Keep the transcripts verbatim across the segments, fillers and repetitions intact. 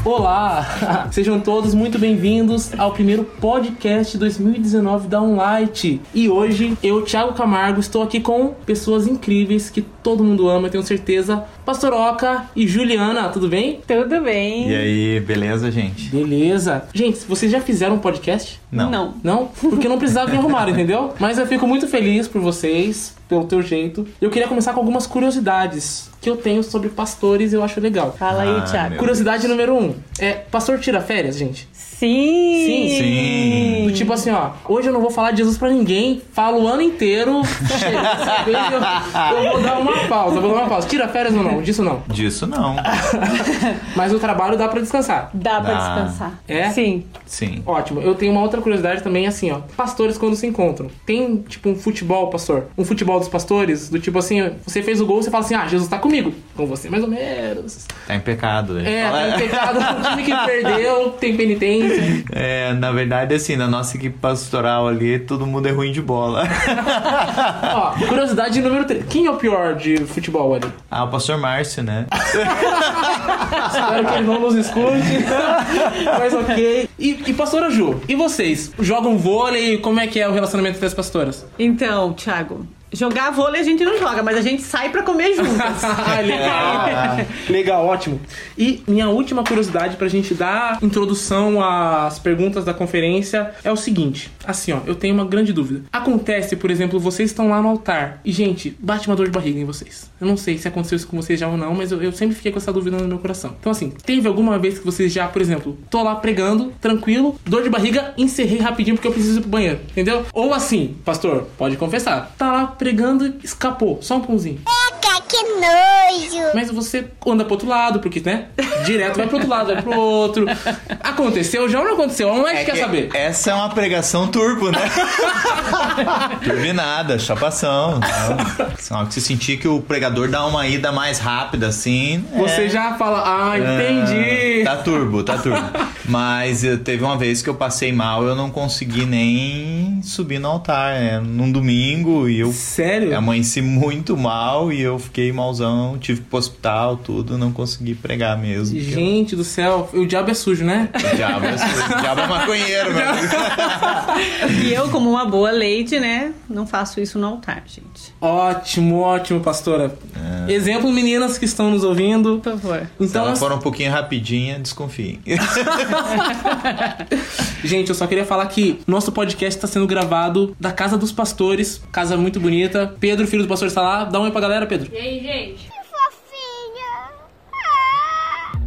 Olá! Sejam todos muito bem-vindos ao primeiro podcast dois mil e dezenove da Onlight. E hoje, eu, Thiago Camargo, estou aqui com pessoas incríveis que todo mundo ama, eu tenho certeza. Pastor Oca e Juliana, tudo bem? Tudo bem. E aí, beleza, gente? Beleza. Gente, vocês já fizeram um podcast? Não. Não. Não? Porque não precisava me arrumar, entendeu? Mas eu fico muito feliz por vocês, pelo teu jeito. Eu queria começar com algumas curiosidades que eu tenho sobre pastores e eu acho legal. Fala aí, Ah, Thiago. meu Curiosidade número um. É, pastor tira férias, gente? Sim. Sim. Sim. Do tipo assim, ó, hoje eu não vou falar de Jesus pra ninguém, falo o ano inteiro, chega dessa vez eu, eu vou dar uma pausa, vou dar uma pausa. Tira férias ou não? Disso não. Disso não. Mas o trabalho dá pra descansar. Dá pra Dá. descansar. É? Sim. Sim. Ótimo. Eu tenho uma outra curiosidade também, assim, ó. Pastores quando se encontram. Tem, tipo, um futebol, pastor? Um futebol dos pastores? Do tipo assim, você fez o gol, você fala assim, ah, Jesus tá comigo. Com você, mais ou menos. Tá em pecado, né? É, tá em pecado. O time que perdeu tem penitência. É, na verdade, assim, na nossa equipe pastoral ali, todo mundo é ruim de bola. Ó, curiosidade número três. Quem é o pior de futebol ali? Ah, o pastor Márcio, né? Espero que ele não nos escute. Mas ok. E, e pastora Ju, e vocês? Jogam vôlei? Como é que é o relacionamento das pastoras? Então, Thiago, jogar vôlei a gente não joga, mas a gente sai pra comer juntas. Ah, legal. Legal, ótimo. E minha última curiosidade pra gente dar introdução às perguntas da conferência é o seguinte. Assim, ó, eu tenho uma grande dúvida. Acontece, por exemplo, vocês estão lá no altar e, gente, bate uma dor de barriga em vocês. Eu não sei se aconteceu isso com vocês já ou não, mas eu, eu sempre fiquei com essa dúvida no meu coração. Então, assim, teve alguma vez que vocês já, por exemplo, tô lá pregando, tranquilo, dor de barriga, encerrei rapidinho porque eu preciso ir pro banheiro, entendeu? Ou assim, pastor, pode confessar, tá lá pregando e escapou, só um pãozinho. Eca, que nojo! Mas você anda pro outro lado, porque, né? Direto vai pro outro lado, vai pro outro. Aconteceu já ou não aconteceu? Não é que quer saber. Essa é uma pregação turbo, né? Turbinada, chapação. Só que você sentir que o pregador dá uma ida mais rápida, assim. Você é... já fala, ah, entendi. É, tá turbo, tá turbo. Mas eu, teve uma vez que eu passei mal, eu não consegui nem subir no altar, né? Num domingo, e eu Sério? amanheci muito mal e eu fiquei malzão, tive que ir pro hospital, tudo, não consegui pregar mesmo. Gente eu... do céu, o diabo é sujo, né? O diabo é, sujo, o diabo é maconheiro, meu amigo. E eu, como uma boa lady, né, não faço isso no altar, gente. Ótimo, ótimo, pastora. É. Exemplo, meninas que estão nos ouvindo. Por favor. Então, se ela nós... for um pouquinho rapidinha, desconfiem. Gente, eu só queria falar que nosso podcast está sendo gravado da Casa dos Pastores. Casa muito bonita. Pedro, filho do pastor, está lá. Dá um oi pra galera, Pedro. E aí, gente? Que fofinha! Ah!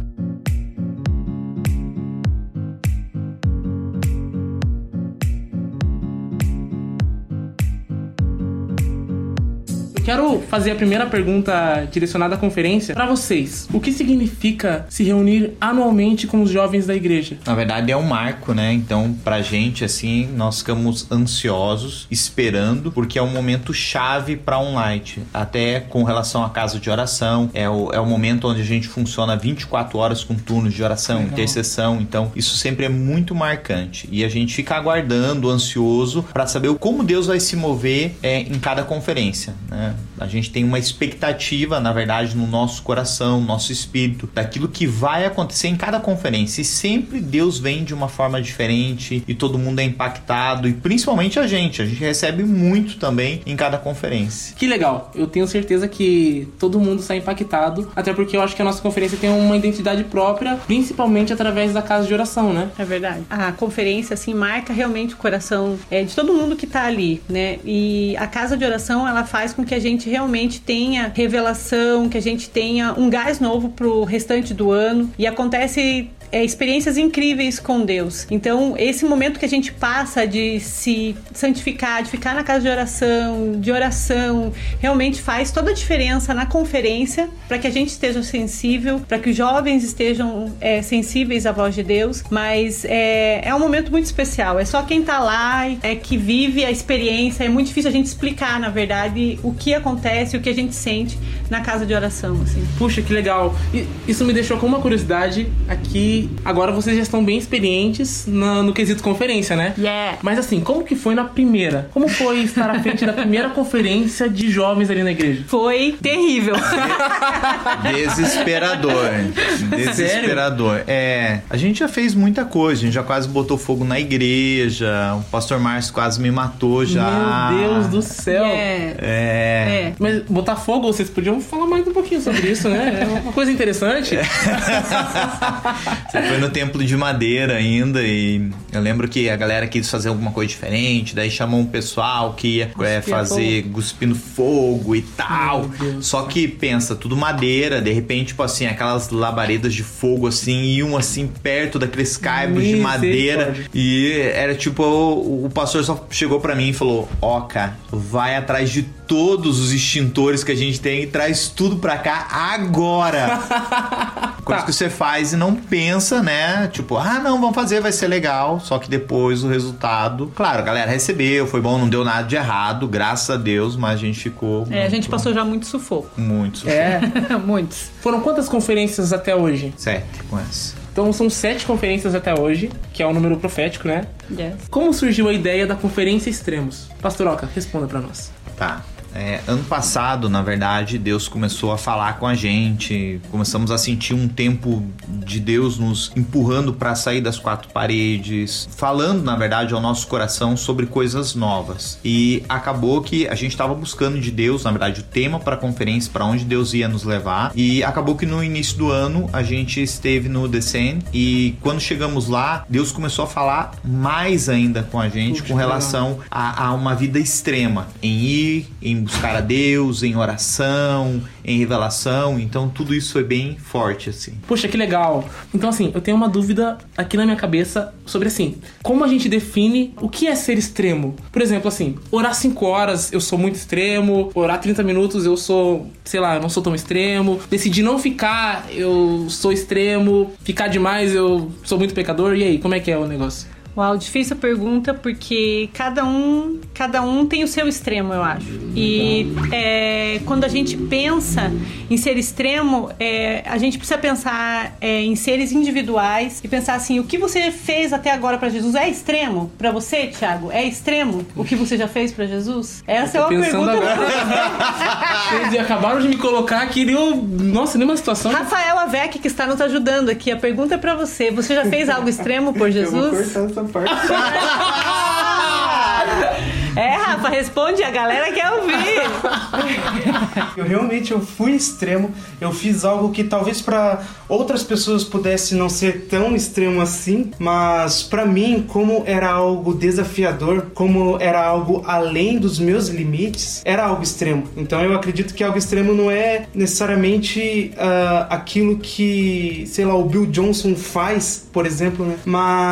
Eu quero fazer a primeira pergunta direcionada à conferência para vocês. O que significa se reunir anualmente com os jovens da igreja? Na verdade é um marco, né? Então, pra gente, assim, nós ficamos ansiosos, esperando, porque é um momento chave pra Onlight. Até com relação à casa de oração, é o, é o momento onde a gente funciona vinte e quatro horas com turnos de oração, legal, intercessão. Então, isso sempre é muito marcante. E a gente fica aguardando, ansioso, pra saber como Deus vai se mover é, em cada conferência, né? A gente tem uma expectativa, na verdade, no nosso coração, no nosso espírito, daquilo que vai acontecer em cada conferência. E sempre Deus vem de uma forma diferente e todo mundo é impactado, e principalmente a gente. A gente recebe muito também em cada conferência. Que legal. Eu tenho certeza que todo mundo está impactado, até porque eu acho que a nossa conferência tem uma identidade própria, principalmente através da casa de oração, né? É verdade. A conferência, assim, marca realmente o coração é, de todo mundo que tá ali, né? E a casa de oração, ela faz com que a gente realmente tenha revelação, que a gente tenha um gás novo pro restante do ano. E acontece é, experiências incríveis com Deus. Então, esse momento que a gente passa de se santificar, de ficar na casa de oração, de oração, realmente faz toda a diferença na conferência, para que a gente esteja sensível, para que os jovens estejam é, sensíveis à voz de Deus. Mas é, é um momento muito especial. É só quem tá lá é que vive a experiência. É muito difícil a gente explicar, na verdade, o que acontece, o que a gente sente na casa de oração, assim. Puxa, que legal. E isso me deixou com uma curiosidade aqui E agora vocês já estão bem experientes na, no quesito conferência, né? Yeah. Mas assim, como que foi na primeira? Como foi estar à frente da primeira conferência de jovens ali na igreja? Foi terrível. Desesperador. Desesperador. É, a gente já fez muita coisa, a gente já quase botou fogo na igreja, o pastor Márcio quase me matou já. Meu Deus do céu. Yeah. É. É. Mas botar fogo, vocês podiam falar mais um pouquinho sobre isso, né? É uma coisa interessante. Você foi no templo de madeira ainda e eu lembro que a galera quis fazer alguma coisa diferente, daí chamou um pessoal que ia é, fazer fogo. Cuspindo fogo e tal. Só que pensa, tudo madeira, de repente, tipo assim, aquelas labaredas de fogo assim, iam assim perto daqueles caibros de madeira. E era tipo, o, o pastor só chegou pra mim e falou: ó, cara, vai atrás de todos os extintores que a gente tem e traz tudo pra cá agora. Coisa Tá. que você faz e não pensa, né? Tipo, ah, não, vamos fazer, vai ser legal. Só que depois o resultado... Claro, a galera recebeu, foi bom, não deu nada de errado, graças a Deus, mas a gente ficou... É, a gente muito, passou já muito sufoco. Muito sufoco. É. Muitos. Foram quantas conferências até hoje? Sete com essa. Então são sete conferências até hoje, que é o número profético, né? Yes. Como surgiu a ideia da Conferência Extremos? Pastoroca, responda pra nós. Tá. É, ano passado, na verdade, Deus começou a falar com a gente, começamos a sentir um tempo de Deus nos empurrando para sair das quatro paredes, falando, na verdade, ao nosso coração sobre coisas novas. E acabou que a gente estava buscando de Deus, na verdade, o tema para a conferência, para onde Deus ia nos levar. E acabou que no início do ano a gente esteve no Descend e quando chegamos lá, Deus começou a falar mais ainda com a gente. Puxa, com relação a, a uma vida extrema, em ir, em buscar a Deus, em oração, em revelação. Então tudo isso foi bem forte, assim. Poxa, que legal. Então assim, eu tenho uma dúvida aqui na minha cabeça sobre assim, como a gente define o que é ser extremo? Por exemplo, assim, orar cinco horas eu sou muito extremo, orar trinta minutos eu sou, sei lá, eu não sou tão extremo, decidir não ficar eu sou extremo, ficar demais eu sou muito pecador. E aí, como é que é o negócio? Uau, difícil a pergunta, porque cada um, cada um tem o seu extremo, eu acho. E é, quando a gente pensa em ser extremo, é, a gente precisa pensar é, em seres individuais e pensar assim, o que você fez até agora pra Jesus é extremo? Pra você, Thiago, é extremo o que você já fez pra Jesus? Essa é uma pergunta. Vocês acabaram de me colocar aqui, eu... nossa, nenhuma situação. Rafael Avec, que está nos ajudando aqui, a pergunta é pra você. Você já fez algo extremo por Jesus? Eu vou cortar essa parte. É, Rafa, responde, a galera quer ouvir. Eu realmente eu fui extremo, eu fiz algo que talvez para outras pessoas pudesse não ser tão extremo assim, mas para mim, como era algo desafiador, como era algo além dos meus limites, era algo extremo. Então eu acredito que algo extremo não é necessariamente uh, aquilo que, sei lá, o Bill Johnson faz, por exemplo, né?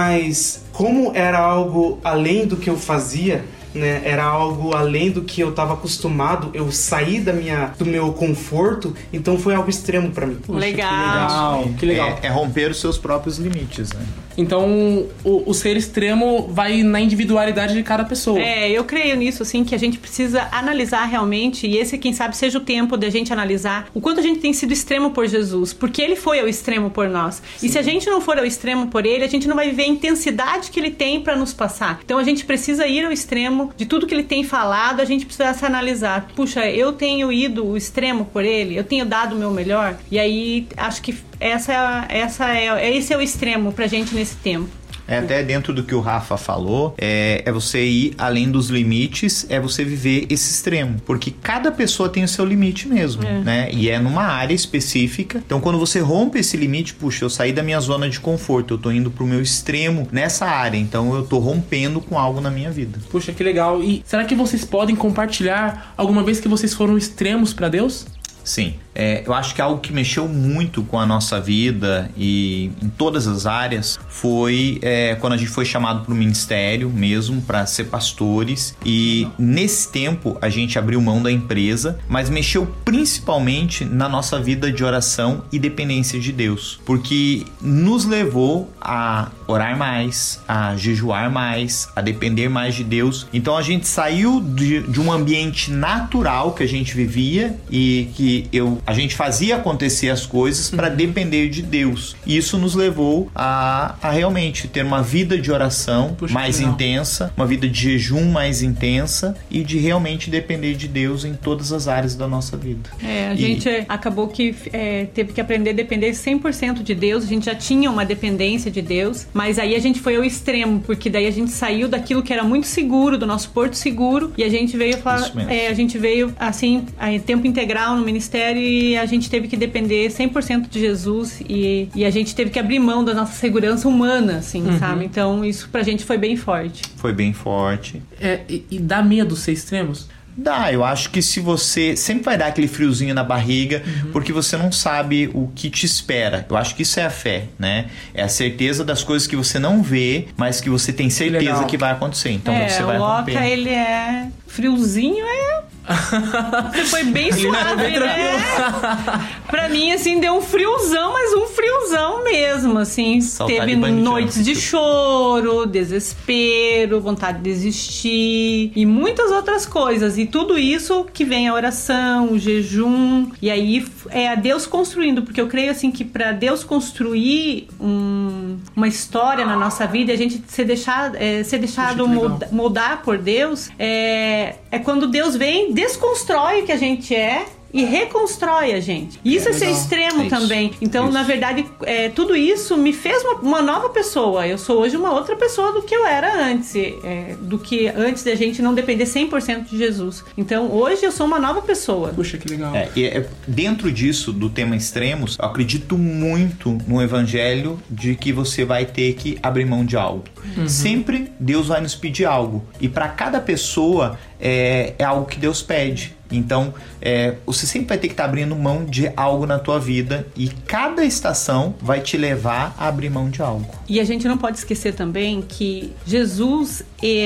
Mas como era algo além do que eu fazia, né? Era algo além do que eu estava acostumado, eu saí da minha, do meu conforto, então foi algo extremo para mim. Poxa, legal. Que legal, que legal. É, é romper os seus próprios limites, né? Então, o, o ser extremo vai na individualidade de cada pessoa. É, eu creio nisso, assim, que a gente precisa analisar realmente, e esse, quem sabe, seja o tempo de a gente analisar o quanto a gente tem sido extremo por Jesus, porque ele foi ao extremo por nós. Sim. E se a gente não for ao extremo por ele, a gente não vai viver a intensidade que ele tem para nos passar. Então, a gente precisa ir ao extremo de tudo que ele tem falado, a gente precisa se analisar. Puxa, eu tenho ido o extremo por ele, eu tenho dado o meu melhor, e aí acho que essa, essa é, esse é o extremo pra gente nesse tempo. É, até dentro do que o Rafa falou, é, é você ir além dos limites, é você viver esse extremo. Porque cada pessoa tem o seu limite mesmo, é. né? E é numa área específica. Então, quando você rompe esse limite, puxa, eu saí da minha zona de conforto, eu tô indo pro meu extremo nessa área. Então, eu tô rompendo com algo na minha vida. Puxa, que legal. E será que vocês podem compartilhar alguma vez que vocês foram extremos pra Deus? Sim, é, eu acho que algo que mexeu muito com a nossa vida e em todas as áreas foi é, quando a gente foi chamado para o ministério mesmo, para ser pastores, e nesse tempo a gente abriu mão da empresa, mas mexeu principalmente na nossa vida de oração e dependência de Deus, porque nos levou a orar mais, a jejuar mais, a depender mais de Deus. Então a gente saiu de, de um ambiente natural que a gente vivia e que eu A gente fazia acontecer as coisas para depender de Deus. E isso nos levou a, a realmente ter uma vida de oração Puxa, mais intensa, uma vida de jejum mais intensa e de realmente depender de Deus em todas as áreas da nossa vida. É, a E- gente acabou que é, teve que aprender a depender cem por cento de Deus. A gente já tinha uma dependência de Deus, mas aí a gente foi ao extremo, porque daí a gente saiu daquilo que era muito seguro, do nosso porto seguro, e a gente veio falar, Isso mesmo. é, a gente veio assim, em tempo integral no ministério, e a gente teve que depender cem por cento de Jesus, e, e a gente teve que abrir mão da nossa segurança humana, assim, sabe? Então isso pra gente foi bem forte. Foi bem forte. É, e, e dá medo ser extremos? Dá, eu acho que se você... Sempre vai dar aquele friozinho na barriga, porque você não sabe o que te espera. Eu acho que isso é a fé, né? É a certeza das coisas que você não vê, mas que você tem certeza legal. que vai acontecer. Então é, você vai o romper. Oca, ele é friozinho, é... Você foi bem suave, bem né? Pra mim, assim, deu um friozão, mas um friozão mesmo, assim. Saltar Teve de bungee noites jump. de choro, desespero, vontade de desistir e muitas outras coisas. E tudo isso que vem a oração, o jejum. E aí é a Deus construindo, porque eu creio, assim, que pra Deus construir um- uma história na nossa vida e a gente ser, deixar, é, ser deixado Puxa, que legal. molda- moldar por Deus, é, é quando Deus vem, desconstrói o que a gente é e reconstrói a gente. E isso é, ser legal. extremo É isso. também. Então, Isso. na verdade, é, tudo isso me fez uma, uma nova pessoa. Eu sou hoje uma outra pessoa do que eu era antes. É, do que antes da gente não depender cem por cento de Jesus. Então, hoje eu sou uma nova pessoa. Puxa, que legal. É, e é- dentro disso, do tema extremos, eu acredito muito no evangelho de que você vai ter que abrir mão de algo. Sempre Deus vai nos pedir algo. E para cada pessoa é, é algo que Deus pede. Então, é, você sempre vai ter que estar abrindo mão de algo na tua vida e cada estação vai te levar a abrir mão de algo. E a gente não pode esquecer também que Jesus,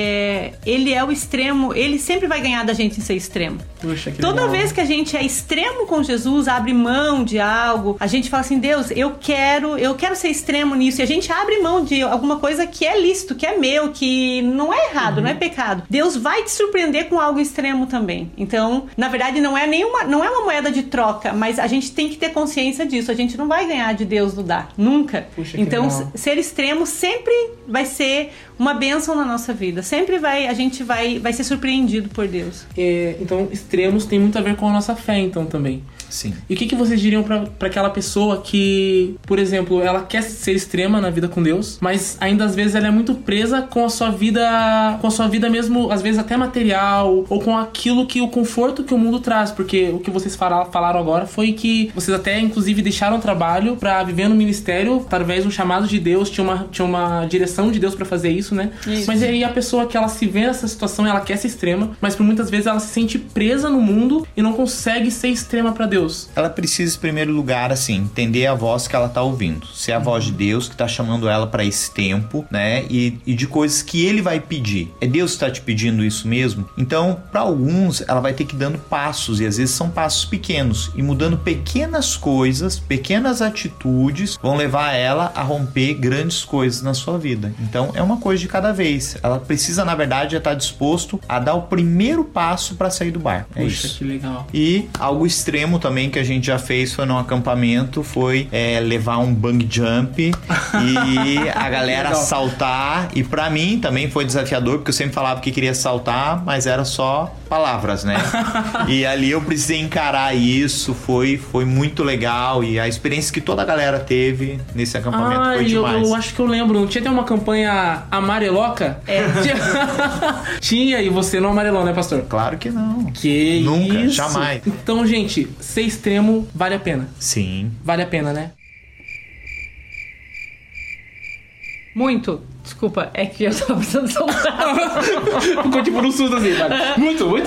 é, ele é o extremo, ele sempre vai ganhar da gente em ser extremo. Puxa, que Toda legal. vez que a gente é extremo com Jesus, abre mão de algo, a gente fala assim, Deus, eu quero, eu quero ser extremo nisso. E a gente abre mão de alguma coisa que é lícito, que é meu, que não é errado, não é pecado. Deus vai te surpreender com algo extremo também. Então, na verdade, não é nenhuma, não é uma moeda de troca, mas a gente tem que ter consciência disso. A gente não vai ganhar de Deus do dar, nunca. Puxa, que Então, legal. ser extremo sempre vai ser uma bênção na nossa vida. Sempre vai, a gente vai, vai ser surpreendido por Deus. É, então, extremos tem muito a ver com a nossa fé, então, também. Sim. E o que, que vocês diriam pra, pra aquela pessoa que, por exemplo, ela quer ser extrema na vida com Deus, mas ainda às vezes ela é muito presa com a sua vida, com a sua vida mesmo, às vezes até material, ou com aquilo que o conforto que o mundo traz, porque o que vocês fala- falaram agora foi que vocês até, inclusive, deixaram o trabalho pra viver no ministério, através de um chamado de Deus, tinha uma, tinha uma direção de Deus pra fazer isso, né? Isso. Mas aí a pessoa que ela se vê nessa situação, ela quer ser extrema, mas por muitas vezes ela se sente presa no mundo e não consegue ser extrema pra Deus. Ela precisa, em primeiro lugar, assim, entender a voz que ela tá ouvindo. Se é a voz de Deus que tá chamando ela para esse tempo, né? E, e de coisas que ele vai pedir. É Deus que tá te pedindo isso mesmo? Então, para alguns, ela vai ter que ir dando passos, e às vezes são passos pequenos. E mudando pequenas coisas, pequenas atitudes, vão levar ela a romper grandes coisas na sua vida. Então, é uma coisa de cada vez. Ela precisa, na verdade, já estar disposto a dar o primeiro passo para sair do bar. É Puxa, isso. que legal. E algo extremo também que a gente já fez foi num acampamento, foi é, levar um bungee jump e a galera Legal. saltar. E pra mim também foi desafiador, porque eu sempre falava que queria saltar, mas era só palavras, né? E ali eu precisei encarar isso, foi, foi muito legal. E a experiência que toda a galera teve nesse acampamento Ah, foi eu, demais. eu acho que eu lembro. Não tinha até uma campanha amareloca? É. Tinha, tinha, e você não amarelou, né, pastor? Claro que não. Que Nunca, isso? jamais. Então, gente, ser extremo vale a pena. Sim. Vale a pena, né? Muito. Desculpa, é que eu tava precisando soltar. Ficou tipo no susto assim, vale. Muito, muito.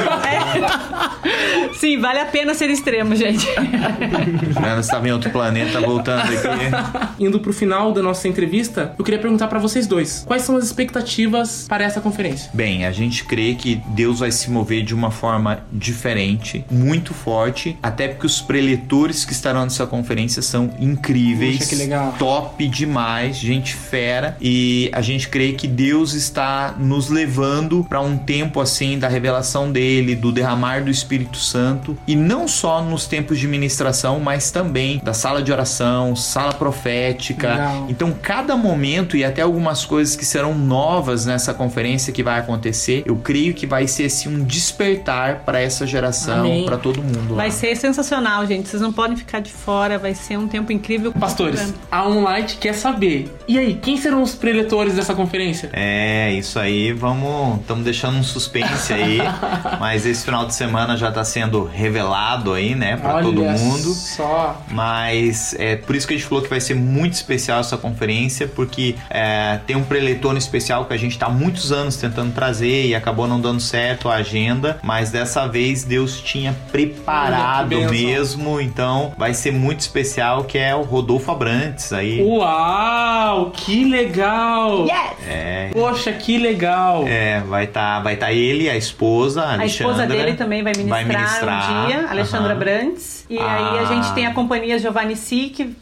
É. Sim, vale a pena ser extremo, gente. Ela estava em outro planeta, voltando aqui. Indo pro final da nossa entrevista, eu queria perguntar pra vocês dois. Quais são as expectativas para essa conferência? Bem, a gente crê que Deus vai se mover de uma forma diferente, muito forte, até porque os preletores que estarão nessa conferência são incríveis. Puxa, que legal. Top demais, gente fera. E e a gente crê que Deus está nos levando para um tempo assim da revelação dele, do derramar do Espírito Santo, e não só nos tempos de ministração, mas também da sala de oração, sala profética. Legal. Então cada momento e até algumas coisas que serão novas nessa conferência que vai acontecer, eu creio que vai ser assim um despertar para essa geração, para todo mundo lá. Vai ser sensacional, gente. Vocês não podem ficar de fora. Vai ser um tempo incrível. Pastores, a OnLight quer saber. E aí, quem serão os preletores dessa conferência? É, isso aí, vamos... Estamos deixando um suspense aí, mas esse final de semana já está sendo revelado aí, né, para todo mundo. Só. Mas é por isso que a gente falou que vai ser muito especial essa conferência, porque é, tem um preletor especial que a gente está há muitos anos tentando trazer e acabou não dando certo a agenda, mas dessa vez Deus tinha preparado Olha, mesmo, então vai ser muito especial, que é o Rodolfo Abrantes aí. Uau, que legal! Yes! É. Poxa, que legal! É, vai estar vai tá ele, a esposa, a A esposa dele também vai ministrar, vai ministrar um dia, Alexandra uh-huh. Brantes. E ah. aí a gente tem a companhia Giovanni Si, que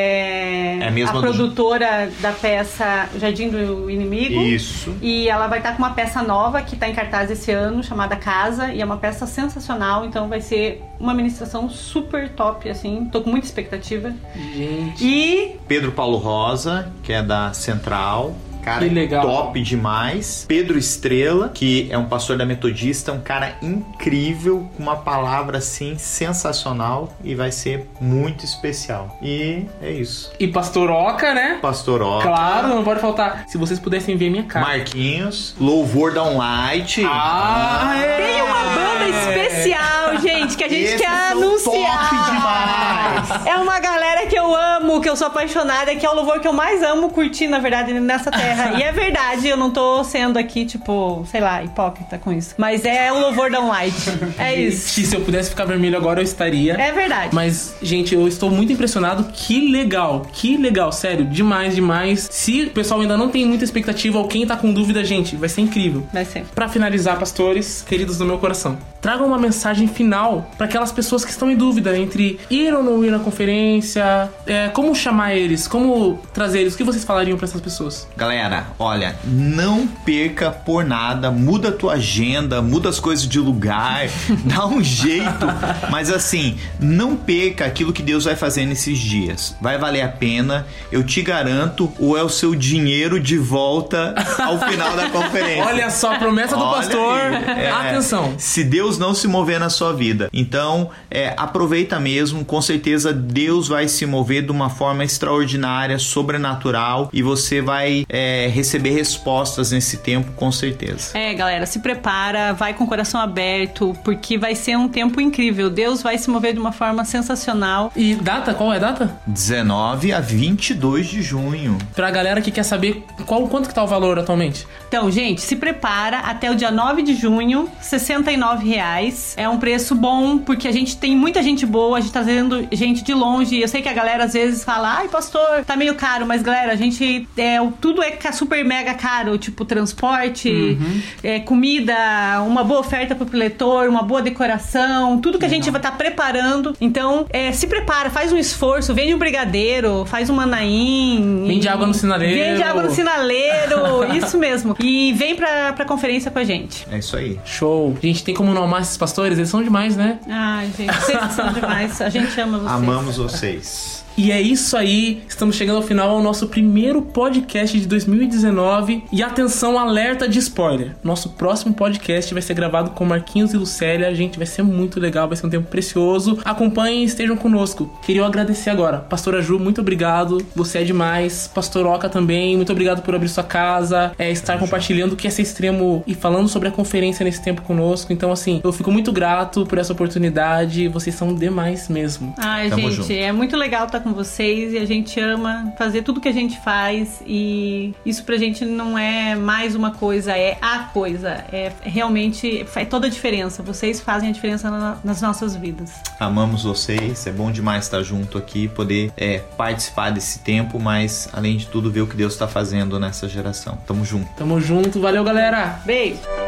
é, é a, a produtora do... da peça Jardim do Inimigo. Isso. E ela vai estar com uma peça nova que está em cartaz esse ano, chamada Casa, e é uma peça sensacional, então vai ser uma ministração super top, assim, tô com muita expectativa. Gente. E Pedro Paulo Rosa, que é da Central. Cara, que legal. Top demais. Pedro Estrela, que é um pastor da Metodista, um cara incrível, com uma palavra assim sensacional, e vai ser muito especial. E é isso. E Pastor Oca, né? Pastor Oca. Claro, não pode faltar. Se vocês pudessem ver minha cara. Marquinhos, Louvor da OnLight. Ah, é. tem uma banda especial, gente, que a gente Esses quer são anunciar. top demais. É uma galera que eu amo, que eu sou apaixonada, que é o louvor que eu mais amo curtir, na verdade, nessa terra. E é verdade, eu não tô sendo aqui, tipo, sei lá, hipócrita com isso. Mas é o louvor da OnLight. É isso. Se eu pudesse ficar vermelho agora, eu estaria. É verdade. Mas, gente, eu estou muito impressionado. Que legal, que legal, sério, demais, demais. Se o pessoal ainda não tem muita expectativa ou quem tá com dúvida, gente, vai ser incrível. Vai ser. Pra finalizar, pastores, queridos do meu coração, tragam uma mensagem final para aquelas pessoas que estão em dúvida entre ir ou não ir na conferência, é, como chamar eles, como trazer eles, o que vocês falariam para essas pessoas? Galera, olha, não perca por nada, muda a tua agenda, muda as coisas de lugar, dá um jeito, mas assim, não perca aquilo que Deus vai fazer nesses dias, vai valer a pena, eu te garanto, ou é o seu dinheiro de volta ao final da conferência. Olha só, a promessa do Olha pastor, aí, é, atenção. Se Deus não se mover na sua vida, então é, aproveita mesmo, com certeza Deus vai se mover de uma forma extraordinária, sobrenatural, e você vai é, receber respostas nesse tempo, com certeza. É, galera, se prepara, vai com o coração aberto, porque vai ser um tempo incrível. Deus vai se mover de uma forma sensacional. E data? Qual é a data? dezenove a vinte e dois de junho. Pra galera que quer saber qual, quanto que tá o valor atualmente. Então, gente, se prepara até o dia nove de junho, sessenta e nove reais. É um preço bom, porque a gente tem muita gente boa, a gente tá trazendo gente de longe. Eu sei que a galera às vezes fala, ai, pastor, tá meio caro, mas galera, a gente, é, tudo é super mega caro, tipo transporte, uhum. é, comida, uma boa oferta pro preletor, uma boa decoração, tudo que a gente vai estar tá preparando. Então, é, se prepara, faz um esforço, vende um brigadeiro, faz um manaim. Vende água no sinaleiro. Vende água no sinaleiro, isso mesmo. E vem pra, pra conferência com a gente. É isso aí. Show. Gente, tem como não amar esses pastores? Eles são demais, né? Ai, gente, vocês são demais. A gente ama vocês. Amamos vocês. E é isso aí, estamos chegando ao final ao nosso primeiro podcast de dois mil e dezenove. E atenção, alerta de spoiler. Nosso próximo podcast vai ser gravado com Marquinhos e Lucélia. Gente, vai ser muito legal, vai ser um tempo precioso. Acompanhem e estejam conosco. Queria eu agradecer agora. Pastora Ju, muito obrigado. Você é demais. Pastor Oca também, muito obrigado por abrir sua casa, é, estar compartilhando o que é ser extremo e falando sobre a conferência nesse tempo conosco. Então, assim, eu fico muito grato por essa oportunidade. Vocês são demais mesmo. Ai, Tamo gente, junto. É muito legal estar com vocês e a gente ama fazer tudo que a gente faz, e isso pra gente não é mais uma coisa, é a coisa, é realmente faz toda a diferença. Vocês fazem a diferença na, nas nossas vidas. Amamos vocês, é bom demais estar junto aqui, poder é, participar desse tempo, mas além de tudo ver o que Deus está fazendo nessa geração. Tamo junto. Tamo junto, valeu, galera. Beijo.